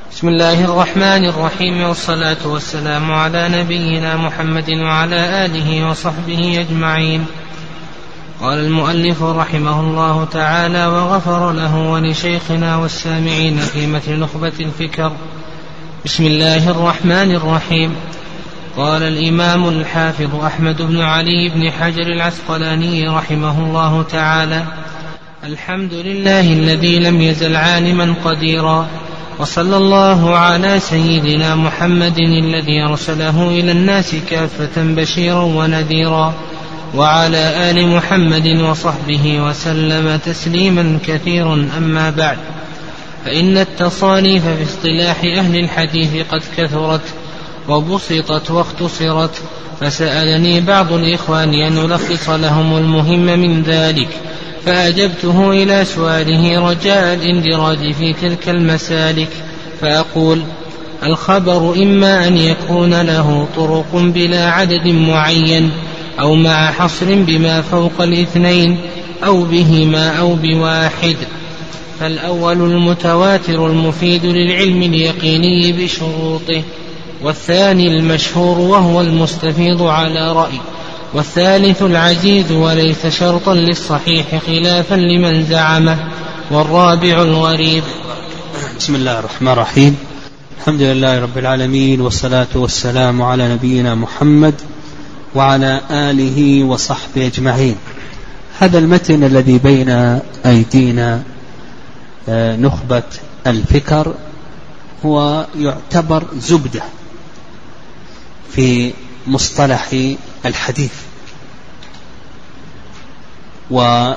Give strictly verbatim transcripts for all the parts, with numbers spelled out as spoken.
بسم الله الرحمن الرحيم، والصلاة والسلام على نبينا محمد وعلى آله وصحبه أجمعين. قال المؤلف رحمه الله تعالى وغفر له ولشيخنا والسامعين في متن نخبة الفكر. بسم الله الرحمن الرحيم. قال الإمام الحافظ أحمد بن علي بن حجر العسقلاني رحمه الله تعالى: الحمد لله الذي لم يزل عالما قديرا، وصلى الله على سيدنا محمد الذي أرسله إلى الناس كافة بشيرا ونذيرا، وعلى آل محمد وصحبه وسلم تسليما كثيرا. أما بعد، فإن التصانيف في اصطلاح أهل الحديث قد كثرت وبسطت واختصرت، فسألني بعض الإخوان أن ألخص لهم المهم من ذلك، فأجبته إلى سؤاله رجاء الاندراج في تلك المسالك، فأقول: الخبر إما أن يكون له طرق بلا عدد معين، أو مع حصر بما فوق الاثنين، أو بهما أو بواحد. فالأول المتواتر المفيد للعلم اليقيني بشروطه، والثاني المشهور وهو المستفيض على رأي، والثالث العزيز وليس شرطا للصحيح خلافا لمن زعمه، والرابع الغريب. بسم الله الرحمن الرحيم. الحمد لله رب العالمين، والصلاة والسلام على نبينا محمد وعلى آله وصحبه أجمعين. هذا المتن الذي بين أيدينا نخبة الفكر هو يعتبر زبدة في مصطلح الحديث، و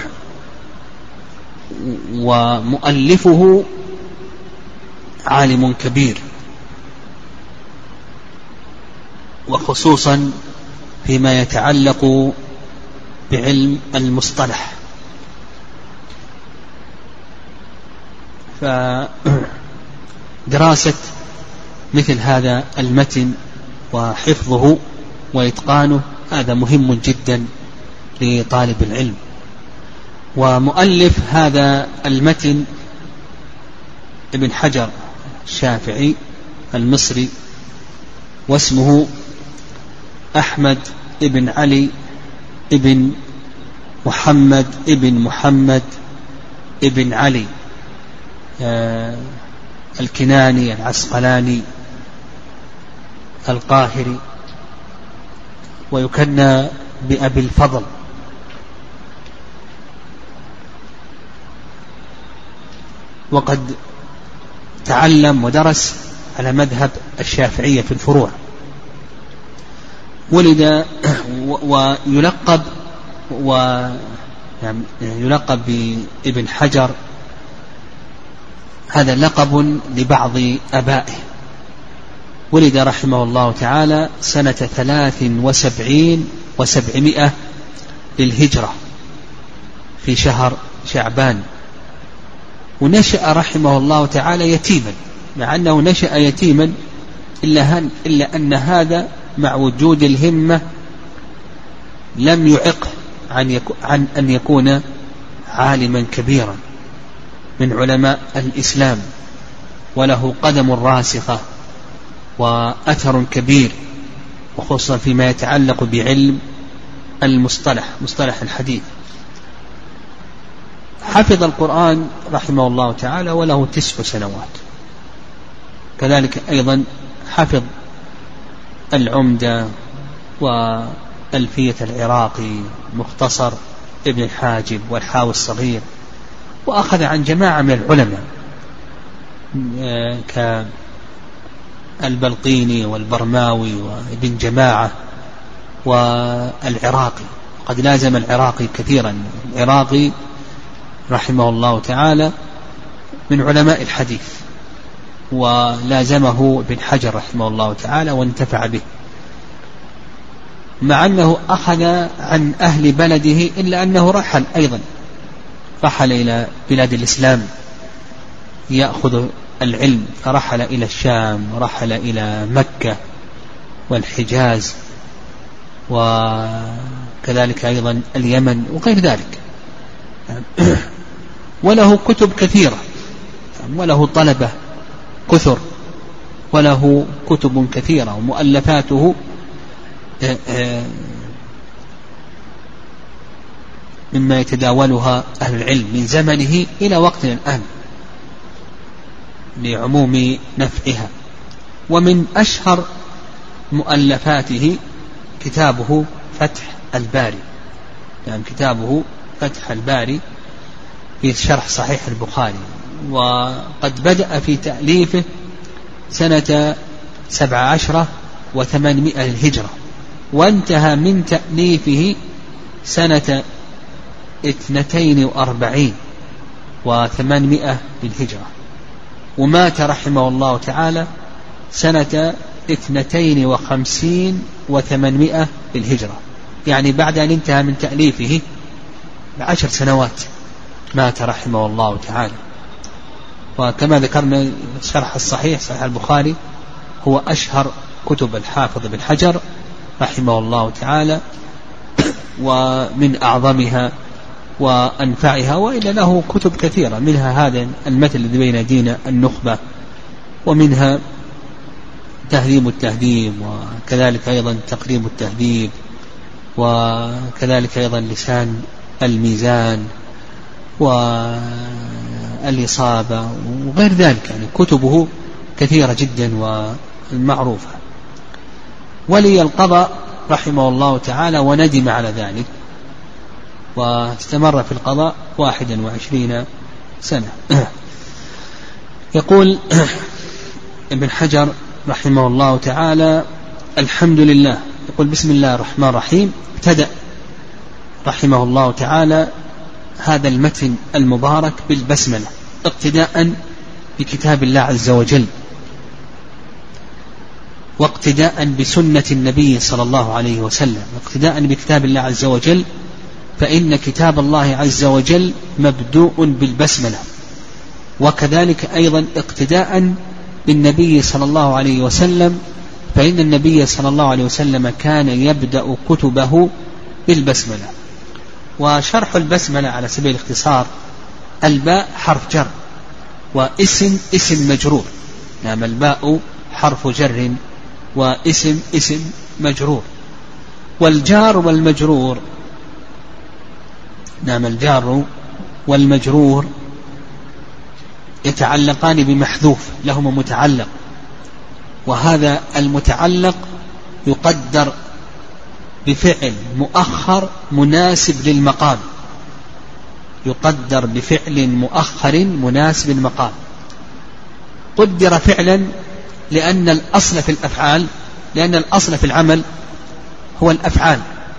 ومؤلفه عالم كبير، وخصوصا فيما يتعلق بعلم المصطلح. فدراسة مثل هذا المتن وحفظه وإتقانه هذا مهم جدا لطالب العلم. ومؤلف هذا المتن ابن حجر الشافعي المصري، واسمه أحمد ابن علي ابن محمد ابن محمد ابن علي آه الكناني العسقلاني القاهري، ويكنى بأبي الفضل. وقد تعلم ودرس على مذهب الشافعية في الفروع. ولد ويلقب ويلقب بابن حجر، هذا لقب لبعض أبائه. ولد رحمه الله تعالى سنة ثلاث وسبعين وسبعمائة للهجرة في شهر شعبان، ونشأ رحمه الله تعالى يتيما، مع أنه نشأ يتيما إلا, إلا أن هذا مع وجود الهمة لم يعق عن, عن أن يكون عالما كبيرا من علماء الإسلام، وله قدم راسخة وأثر كبير، وخصوصا فيما يتعلق بعلم المصطلح، مصطلح الحديث. حفظ القرآن رحمه الله تعالى وله تسع سنوات. كذلك أيضا حفظ العمدة وألفية العراقي، مختصر ابن الحاجب والحاوي الصغير، وأخذ عن جماعة من العلماء كالبلقيني والبرماوي وابن جماعة والعراقي. قد لازم العراقي كثيرا. العراقي رحمه الله تعالى من علماء الحديث، ولازمه ابن حجر رحمه الله تعالى وانتفع به، مع أنه أخذ عن أهل بلده، إلا أنه رحل أيضا، رحل إلى بلاد الإسلام يأخذ العلم، فرحل إلى الشام، رحل إلى مكة والحجاز، وكذلك أيضا اليمن وغير ذلك. وله كتب كثيرة، وله طلبة كثر، وله كتب كثيرة ومؤلفاته مما يتداولها أهل العلم من زمنه إلى وقتنا الآن لعموم نفعها. ومن أشهر مؤلفاته كتابه فتح الباري، يعني كتابه فتح الباري في شرح صحيح البخاري، وقد بدأ في تأليفه سنة سبع عشرة وثمانمائة للهجرة، وانتهى من تأليفه سنة اثنتين وأربعين وثمانمائة للهجرة، ومات رحمه الله تعالى سنة اثنتين وخمسين وثمانمائة للهجرة، يعني بعد أن انتهى من تأليفه بعشر سنوات مات رحمه الله تعالى. وكما ذكرنا شرح الصحيح صحيح البخاري هو أشهر كتب الحافظ بن حجر رحمه الله تعالى، ومن أعظمها وأنفعها، وإلا له كتب كثيرة، منها هذا المثل الذي بين أيدينا النخبة، ومنها تهذيب التهذيب، وكذلك أيضا تقريب التهذيب، وكذلك أيضا لسان الميزان والإصابة وغير ذلك، يعني كتبه كثيرة جدا ومعروفة. ولي القضاء رحمه الله تعالى وندم على ذلك، واستمر في القضاء واحدا وعشرين سنة. يقول ابن حجر رحمه الله تعالى: الحمد لله. يقول: بسم الله الرحمن الرحيم. ابتدأ رحمه الله تعالى هذا المتن المبارك بالبسملة اقتداء بكتاب الله عز وجل، واقتداء بسنة النبي صلى الله عليه وسلم، واقتداء بكتاب الله عز وجل، فإن كتاب الله عز وجل مبدوء بالبسملة، وكذلك أيضا اقتداء بالنبي صلى الله عليه وسلم، فإن النبي صلى الله عليه وسلم كان يبدأ كتبه بالبسملة. وشرح البسملة على سبيل الاختصار: الباء حرف جر، واسم اسم مجرور، نعم الباء حرف جر واسم اسم مجرور، والجار والمجرور، نعم الجار والمجرور يتعلقان بمحذوف لهما متعلق، وهذا المتعلق يقدر بفعل مؤخر مناسب للمقام، يقدر بفعل مؤخر مناسب للمقام. قدر فعلا لأن الأصل في الأفعال لأن الأصل في العمل هو الأفعال،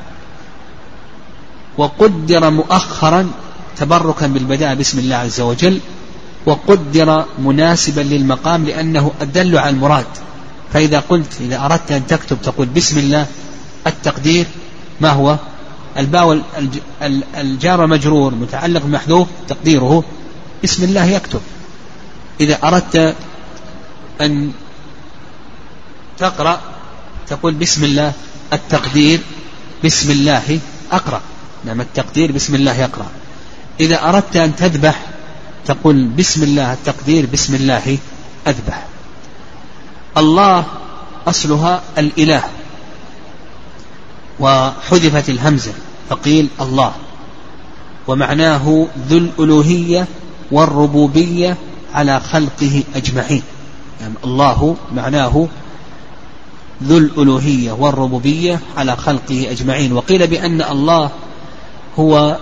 وقدر مؤخرا تبركا بالبداء بسم الله عز وجل، وقدر مناسبا للمقام لأنه أدل على المراد. فإذا قلت إذا أردت أن تكتب تقول بسم الله، التقدير ما هو؟ الباء الجار مجرور متعلق محذوف، تقديره بسم الله يكتب. إذا أردت أن تقرأ تقول بسم الله، التقدير بسم الله أقرأ، نعم التقدير بسم الله يقرأ. إذا أردت أن تذبح تقول بسم الله، التقدير بسم الله أذبح. الله أصلها الإله، وحذفت الهمزة فقيل الله، ومعناه ذو الألوهية والربوبية على خلقه أجمعين، يعني الله معناه ذو الألوهية والربوبية على خلقه أجمعين. وقيل بأن الله هو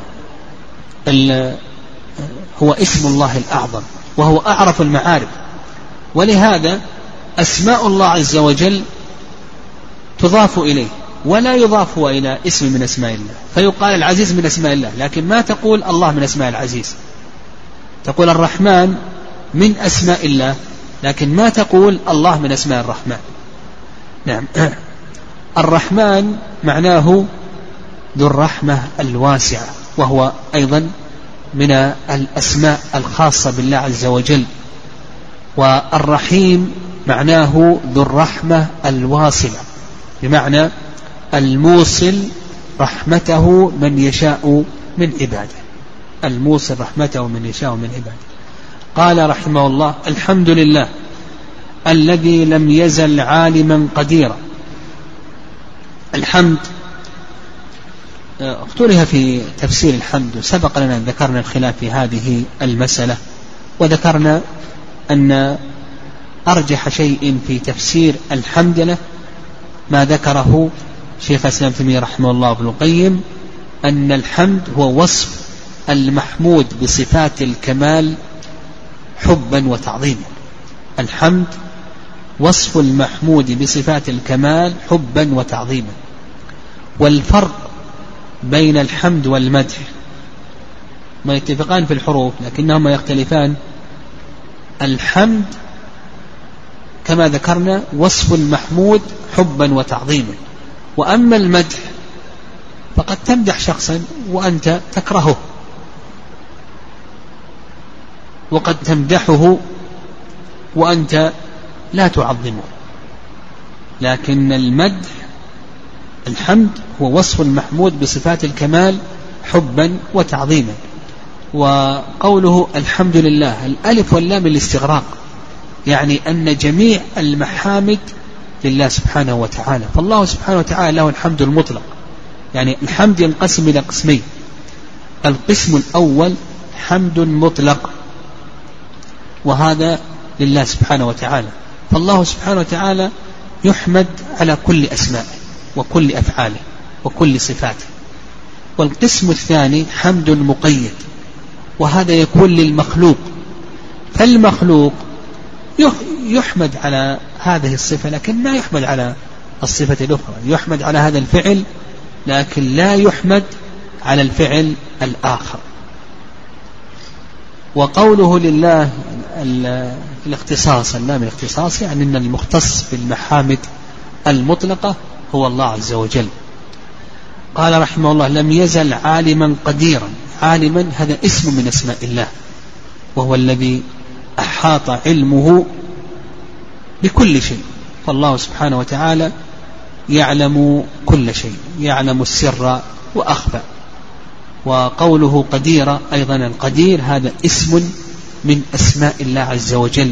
هو اسم الله الأعظم، وهو أعرف المعارف، ولهذا أسماء الله عز وجل تضاف إليه ولا يضاف إلى اسم من أسماء الله، فيقال العزيز من أسماء الله، لكن ما تقول الله من أسماء العزيز. تقول الرحمن من أسماء الله، لكن ما تقول الله من أسماء الرحمن. نعم الرحمن معناه ذو الرحمة الواسعة، وهو أيضا من الأسماء الخاصة بالله عز وجل. والرحيم معناه ذو الرحمة الواصلة، بمعنى الموصل رحمته من يشاء من عباده، الموصل رحمته من يشاء من عباده. قال رحمه الله: الحمد لله الذي لم يزل عالما قديرا. الحمد اختلف في تفسير الحمد، سبق لنا ذكرنا الخلاف في هذه المسألة، وذكرنا أن أرجح شيء في تفسير الحمد له ما ذكره شيخ الإسلام ابن تيمية رحمه الله ابن القيم، أن الحمد هو وصف المحمود بصفات الكمال حبا وتعظيما. الحمد وصف المحمود بصفات الكمال حبا وتعظيما. والفرق بين الحمد والمدح ما يتفقان في الحروف لكنهما يختلفان. الحمد كما ذكرنا وصف المحمود حبا وتعظيما، وأما المدح فقد تمدح شخصا وأنت تكرهه، وقد تمدحه وأنت لا تعظمه. لكن المدح الحمد هو وصف المحمود بصفات الكمال حبا وتعظيما. وقوله الحمد لله الألف واللام الاستغراق، يعني أن جميع المحامد لله سبحانه وتعالى، فالله سبحانه وتعالى له الحمد المطلق. يعني الحمد ينقسم إلى قسمين: القسم الأول حمد مطلق، وهذا لله سبحانه وتعالى، فالله سبحانه وتعالى يحمد على كل أسمائه وكل أفعاله وكل صفاته. والقسم الثاني حمد مقيد، وهذا يكون للمخلوق، فالمخلوق يحمد على هذه الصفة لكن لا يحمد على الصفة الأخرى، يحمد على هذا الفعل لكن لا يحمد على الفعل الآخر. وقوله لله الاختصاص، اللام الاختصاص، يعني أن المختص بالمحامد المطلقة هو الله عز وجل. قال رحمه الله: لم يزل عالما قديرا. عالما هذا اسم من اسماء الله، وهو الذي أحاط علمه بكل شيء، فالله سبحانه وتعالى يعلم كل شيء، يعلم السر وأخفى. وقوله قدير أيضا، القدير هذا اسم من أسماء الله عز وجل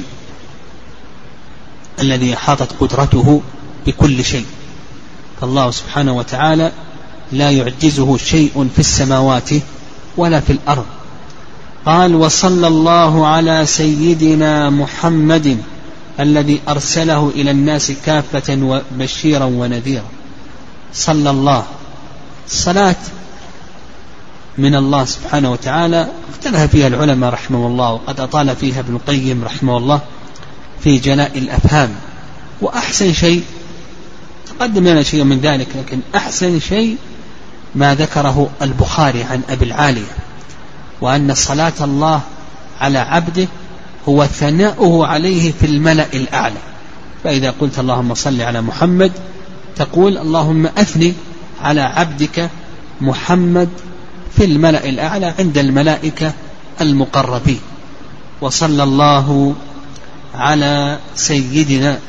الذي أحاطت قدرته بكل شيء، فالله سبحانه وتعالى لا يعجزه شيء في السماوات ولا في الأرض. قال: وصلى الله على سيدنا محمد الذي أرسله إلى الناس كافة وبشيرا ونذيرا. صلى الله، الصلاة من الله سبحانه وتعالى اختلف فيها العلماء رحمه الله، وقد أطال فيها ابن القيم رحمه الله في جلاء الأفهام. وأحسن شيء تقدم لنا شيء من ذلك، لكن أحسن شيء ما ذكره البخاري عن أبي العالية، وأن صلاة الله على عبده هو ثناؤه عليه في الملأ الأعلى. فإذا قلت اللهم صل على محمد تقول اللهم أثني على عبدك محمد في الملأ الأعلى عند الملائكة المقربين. وصلى الله على سيدنا.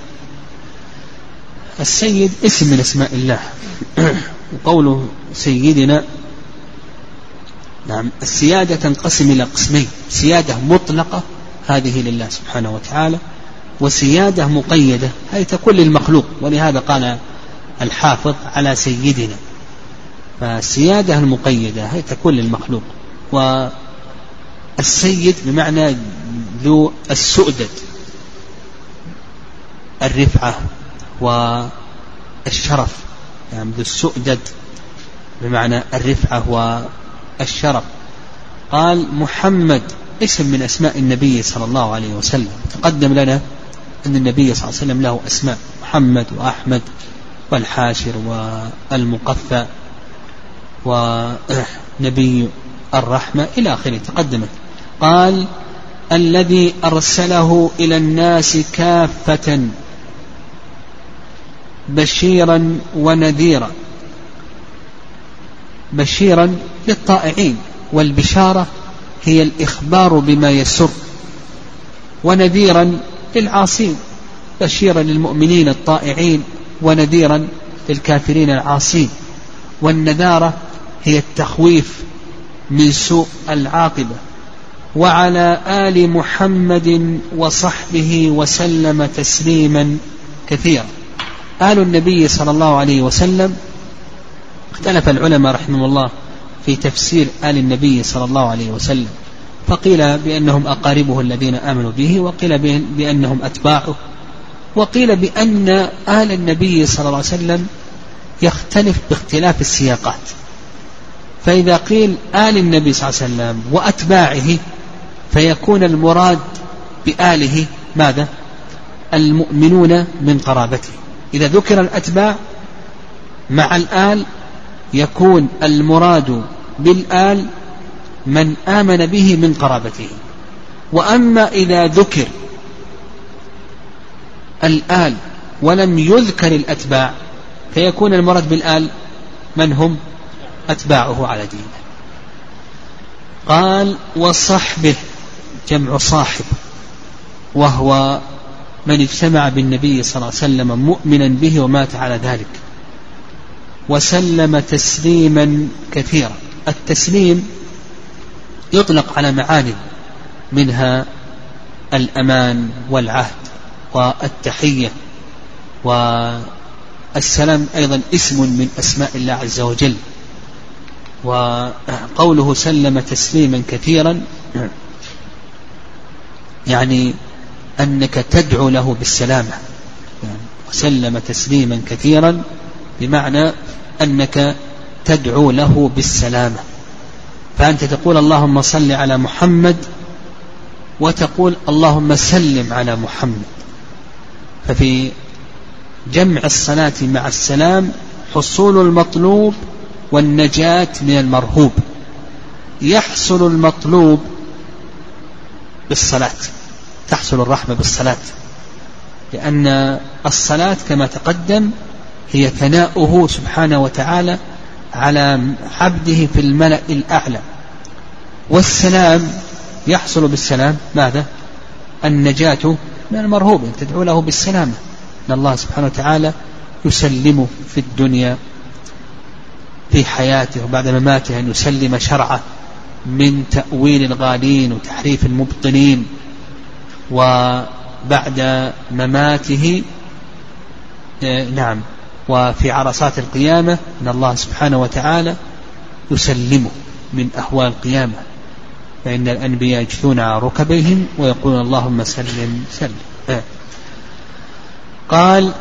السيد اسم من اسماء الله، وقوله سيدنا، نعم، السيادة تنقسم إلى قسمين: سيادة مطلقة هذه لله سبحانه وتعالى، وسيادة مقيدة هذه تكون للمخلوق، ولهذا قال الحافظ على سيدنا. فالسيادة المقيدة هذه تكون للمخلوق، والسيد بمعنى ذو السؤدد، الرفعة والشرف، يعني ذو السؤدد بمعنى الرفعة والشرف. قال محمد اسم من أسماء النبي صلى الله عليه وسلم. تقدم لنا أن النبي صلى الله عليه وسلم له أسماء: محمد وأحمد والحاشر والمقفى ونبي الرحمة إلى آخره تقدمت. قال: الذي أرسله إلى الناس كافة بشيرا ونذيرا. بشيرا للطائعين، والبشارة هي الإخبار بما يسر، ونذيرا للعاصين، بشيرا للمؤمنين الطائعين ونذيرا للكافرين العاصين. والنذارة هي التخويف من سوء العاقبة، وعلى آل محمد وصحبه وسلم تسليما كثيرا. آل النبي صلى الله عليه وسلم اختلف العلماء رحمه الله في تفسير آل النبي صلى الله عليه وسلم، فقيل بأنهم أقاربه الذين آمنوا به، وقيل بأنهم أتباعه، وقيل بأن آل النبي صلى الله عليه وسلم يختلف باختلاف السياقات. فإذا قيل آل النبي صلى الله عليه وسلم وأتباعه فيكون المراد بآله ماذا؟ المؤمنون من قرابته. إذا ذكر الأتباع مع الآل يكون المراد بالآل من آمن به من قرابته. وأما إذا ذكر الآل ولم يذكر الأتباع فيكون المراد بالآل من هم أتباعه على دينه. قال وصحبه جمع صاحب، وهو من اجتمع بالنبي صلى الله عليه وسلم مؤمنا به ومات على ذلك، وسلم تسليما كثيرا. التسليم يطلق على معاني، منها الأمان والعهد والتحية، والسلام أيضا اسم من أسماء الله عز وجل. وقوله سلم تسليما كثيرا يعني أنك تدعو له بالسلامة، يعني وسلم تسليما كثيرا بمعنى أنك تدعو له بالسلامة. فأنت تقول اللهم صل على محمد وتقول اللهم سلم على محمد. ففي جمع الصلاة مع السلام حصول المطلوب والنجاة من المرهوب. يحصل المطلوب بالصلاة، تحصل الرحمة بالصلاة، لأن الصلاة كما تقدم هي ثناؤه سبحانه وتعالى على عبده في الملأ الأعلى. والسلام يحصل بالسلام ماذا؟ النجاة من المرهوب، تدعو له بالسلامة، أن الله سبحانه وتعالى يسلمه في الدنيا في حياته وبعد مماته، أن يسلم شرعه من تأويل الغالين وتحريف المبطلين، وبعد مماته نعم وفي عرصات القيامة أن الله سبحانه وتعالى يسلمه من أهوال القيامة، فإن الأنبياء يجثون على ركبهم ويقولون اللهم سلم سلم. قال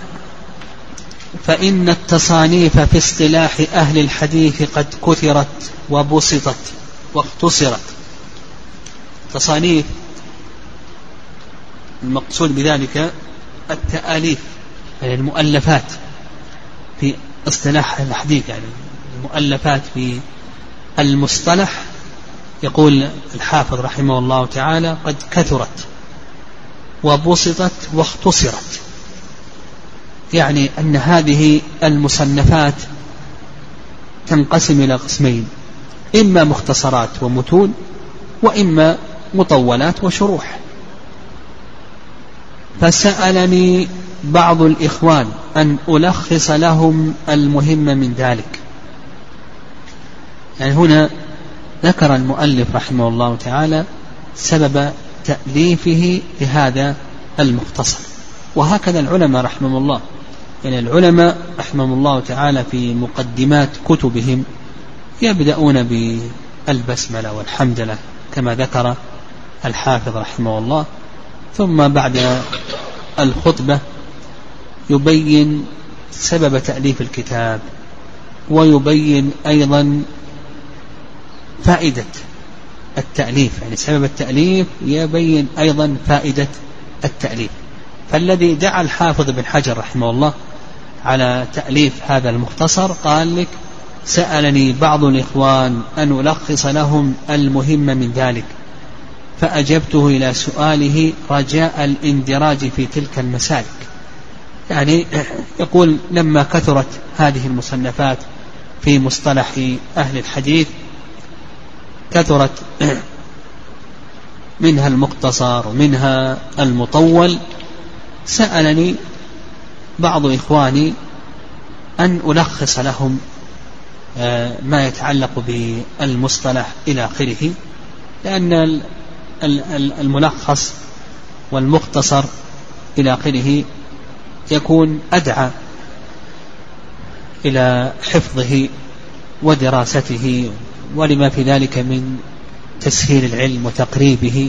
فإن التصانيف في اصطلاح أهل الحديث قد كثرت وبسطت واختصرت. تصانيف المقصود بذلك التآليف، يعني المؤلفات في اصطلاح الحديث، يعني المؤلفات في المصطلح. يقول الحافظ رحمه الله تعالى قد كثرت وبسطت واختصرت، يعني أن هذه المصنفات تنقسم إلى قسمين، إما مختصرات ومتون، وإما مطولات وشروح. فسألني بعض الإخوان أن ألخص لهم المهم من ذلك. يعني هنا ذكر المؤلف رحمه الله تعالى سبب تأليفه لهذا المختصر، وهكذا العلماء رحمه الله. يعني العلماء رحمه الله تعالى في مقدمات كتبهم يبدأون بالبسملة والحمدلة كما ذكر الحافظ رحمه الله، ثم بعد الخطبة يبين سبب تأليف الكتاب، ويبين أيضا فائدة التأليف، يعني سبب التأليف يبين أيضا فائدة التأليف. فالذي دعا الحافظ بن حجر رحمه الله على تأليف هذا المختصر قال لك سألني بعض الإخوان أن ألخص لهم المهم من ذلك، فأجبته إلى سؤاله رجاء الاندراج في تلك المسالك. يعني يقول لما كثرت هذه المصنفات في مصطلح أهل الحديث، كثرت منها المختصر ومنها المطول، سألني بعض إخواني أن ألخص لهم ما يتعلق بالمصطلح إلى آخره. لأن الملخص والمختصر إلى آخره يكون أدعى إلى حفظه ودراسته، ولما في ذلك من تسهيل العلم وتقريبه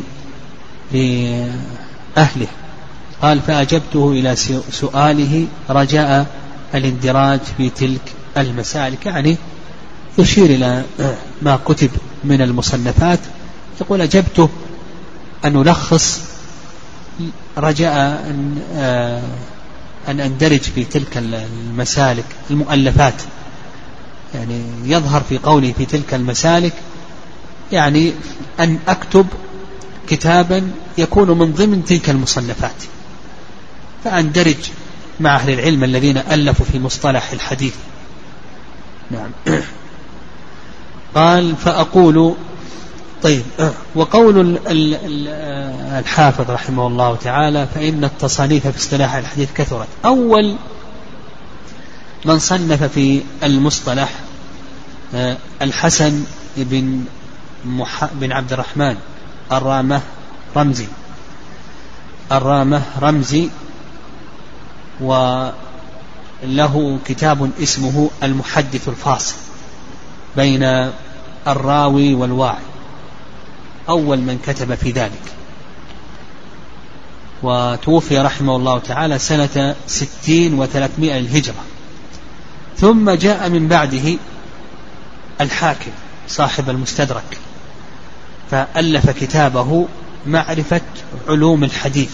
لأهله. قال فأجبته إلى سؤاله رجاء الاندراج في تلك المسالك، يعني يشير إلى ما كتب من المصنفات. يقول أجبته أن ألخص رجاء أن, أن أندرج في تلك المسالك المؤلفات، يعني يظهر في قوله في تلك المسالك يعني أن أكتب كتابا يكون من ضمن تلك المصنفات، فأندرج مع أهل العلم الذين ألفوا في مصطلح الحديث. نعم. قال فأقول طيب. وقول الحافظ رحمه الله تعالى فإن التصانيف في اصطلاح الحديث كثرت. أول من صنف في المصطلح الحسن بن, مح... بن عبد الرحمن الرامة رمزي الرامة رمزي وله كتاب اسمه المحدث الفاصل بين الراوي والواعي، أول من كتب في ذلك، وتوفي رحمه الله تعالى سنة ستين وثلاثمائة للهجرة. ثم جاء من بعده الحاكم صاحب المستدرك فألف كتابه معرفة علوم الحديث.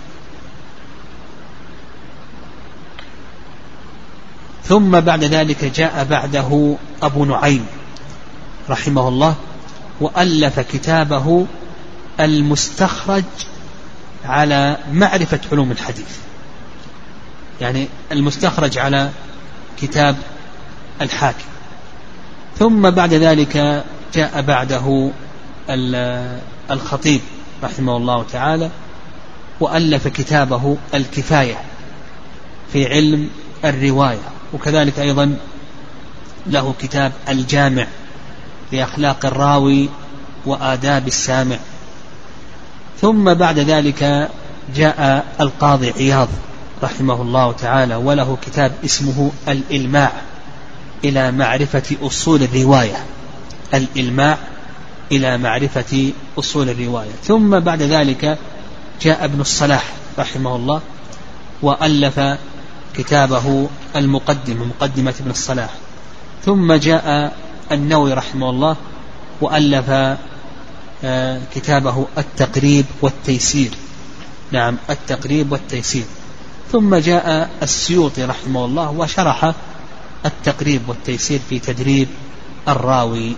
ثم بعد ذلك جاء بعده أبو نعيم رحمه الله وألف كتابه المستخرج على معرفة علوم الحديث، يعني المستخرج على كتاب الحاكم. ثم بعد ذلك جاء بعده الخطيب رحمه الله تعالى وألف كتابه الكفاية في علم الرواية، وكذلك أيضا له كتاب الجامع لأخلاق الراوي وآداب السامع. ثم بعد ذلك جاء القاضي عياض رحمه الله تعالى وله كتاب اسمه الإلماع إلى معرفة أصول الرواية، الإلماع إلى معرفة أصول الرواية. ثم بعد ذلك جاء ابن الصلاح رحمه الله وألف كتابه المقدمة مقدمة ابن الصلاح. ثم جاء النووي رحمه الله وألف كتابه التقريب والتيسير، نعم التقريب والتيسير. ثم جاء السيوطي رحمه الله وشرح التقريب والتيسير في تدريب الراوي.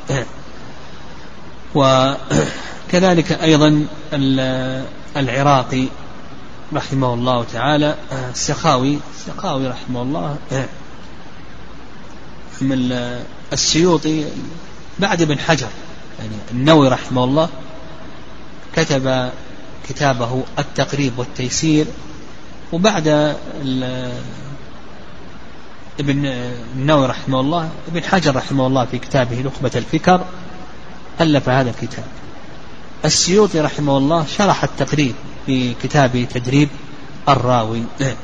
وكذلك أيضا العراقي رحمه الله تعالى السخاوي السخاوي رحمه الله من السيوطي بعد ابن حجر، يعني النووي رحمه الله كتب كتابه التقريب والتيسير، وبعد ابن النووي رحمه الله ابن حجر رحمه الله في كتابه نخبة الفكر ألف هذا الكتاب. السيوطي رحمه الله شرح التقريب في كتابه تدريب الراوي.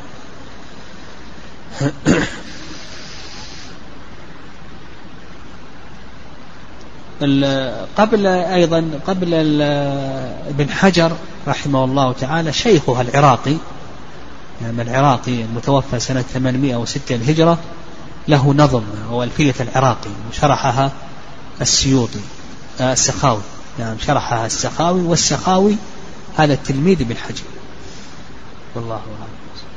قبل أيضا قبل ابن حجر رحمه الله تعالى شيخها العراقي، يعني العراقي المتوفى سنة ثمانمائة وستة الهجرة له نظم هو ألفية العراقي شرحها السيوطي السخاوي، نعم شرحها السخاوي، والسخاوي هذا التلميذ ابن حجر والله أعلم.